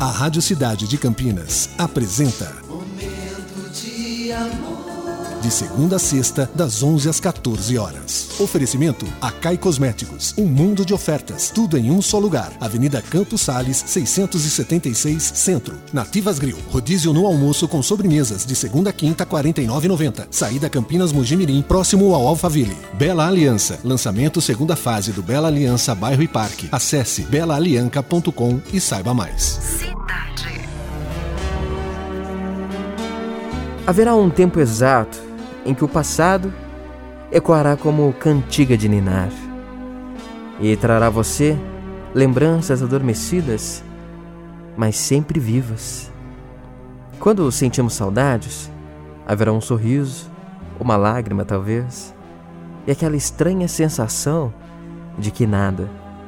A Rádio Cidade de Campinas apresenta Momento de Amor. De segunda a sexta, das 11 às 14 horas. Oferecimento Acai Cosméticos. Um mundo de ofertas. Tudo em um só lugar. Avenida Campos Sales, 676, Centro. Nativas Grill. Rodízio no almoço com sobremesas de segunda a quinta, R$ 49,90. Saída Campinas Mojimirim, próximo ao Alphaville. Bela Aliança. Lançamento segunda fase do Bela Aliança Bairro e Parque. Acesse belaalianca.com e saiba mais. Cidade. Haverá um tempo exato em que o passado ecoará como cantiga de ninar e trará a você lembranças adormecidas, mas sempre vivas. Quando sentimos saudades, haverá um sorriso, uma lágrima talvez, e aquela estranha sensação de que nada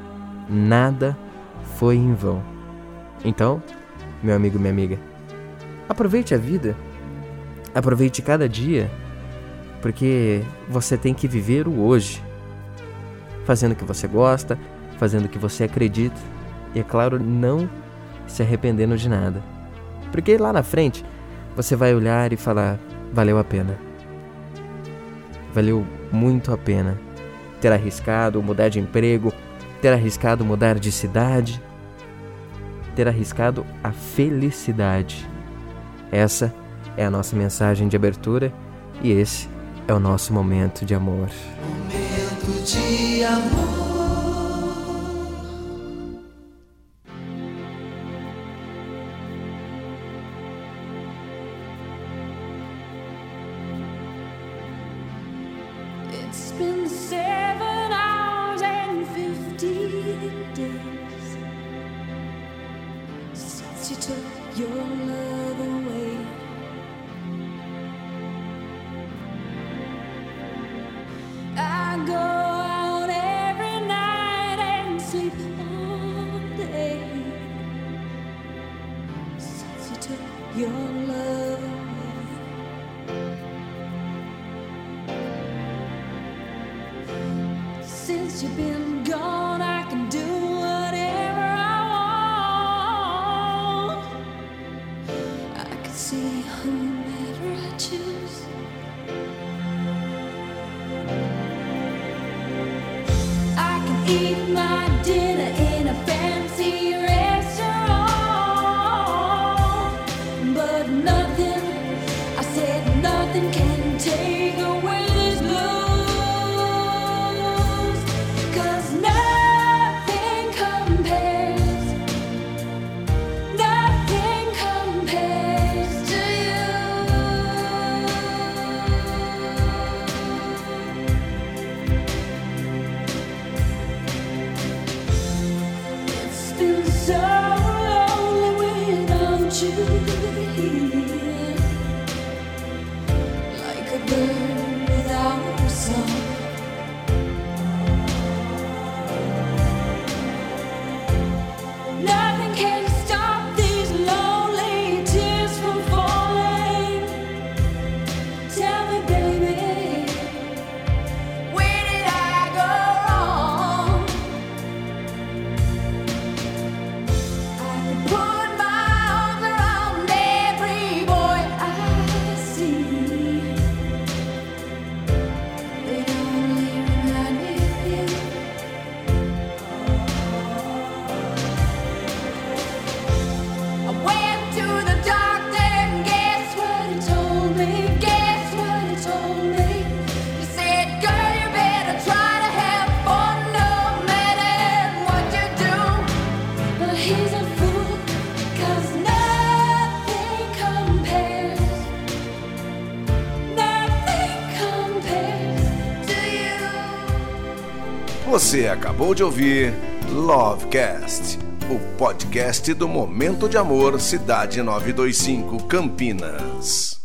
foi em vão. Então, meu amigo, minha amiga, aproveite a vida, aproveite cada dia, porque você tem que viver o hoje, fazendo o que você gosta, fazendo o que você acredita e, é claro, não se arrependendo de nada. Porque lá na frente você vai olhar e falar, valeu a pena. Valeu muito a pena ter arriscado mudar de emprego, ter arriscado mudar de cidade, ter arriscado a felicidade. Essa é a nossa mensagem de abertura e esse é o nosso momento de amor. Momento de amor. It's been 7 hours and 50 days since you took your love away. I go out every night and sleep all day since you took your love away. Since you've been gone, I can do whatever I want. I can see whomever I choose. I can eat my dinner in a fancy restaurant, but nothing, I said nothing can take away this blues, 'cause nothing compares to you. It's been so lonely without you here, like a bird without a song. Nothing can stop these lonely tears from falling. Tell me, baby, where did I go wrong? I could put my arms around every boy I see. They only remind me of you. I went to the doctor and guess what he told me? Guess what he told me? He said, girl, you better try to have fun no matter what you do. But he's a fool, 'cause nothing compares to you. Você acabou de ouvir Lovecast, o podcast do Momento de Amor Cidade 925 Campinas.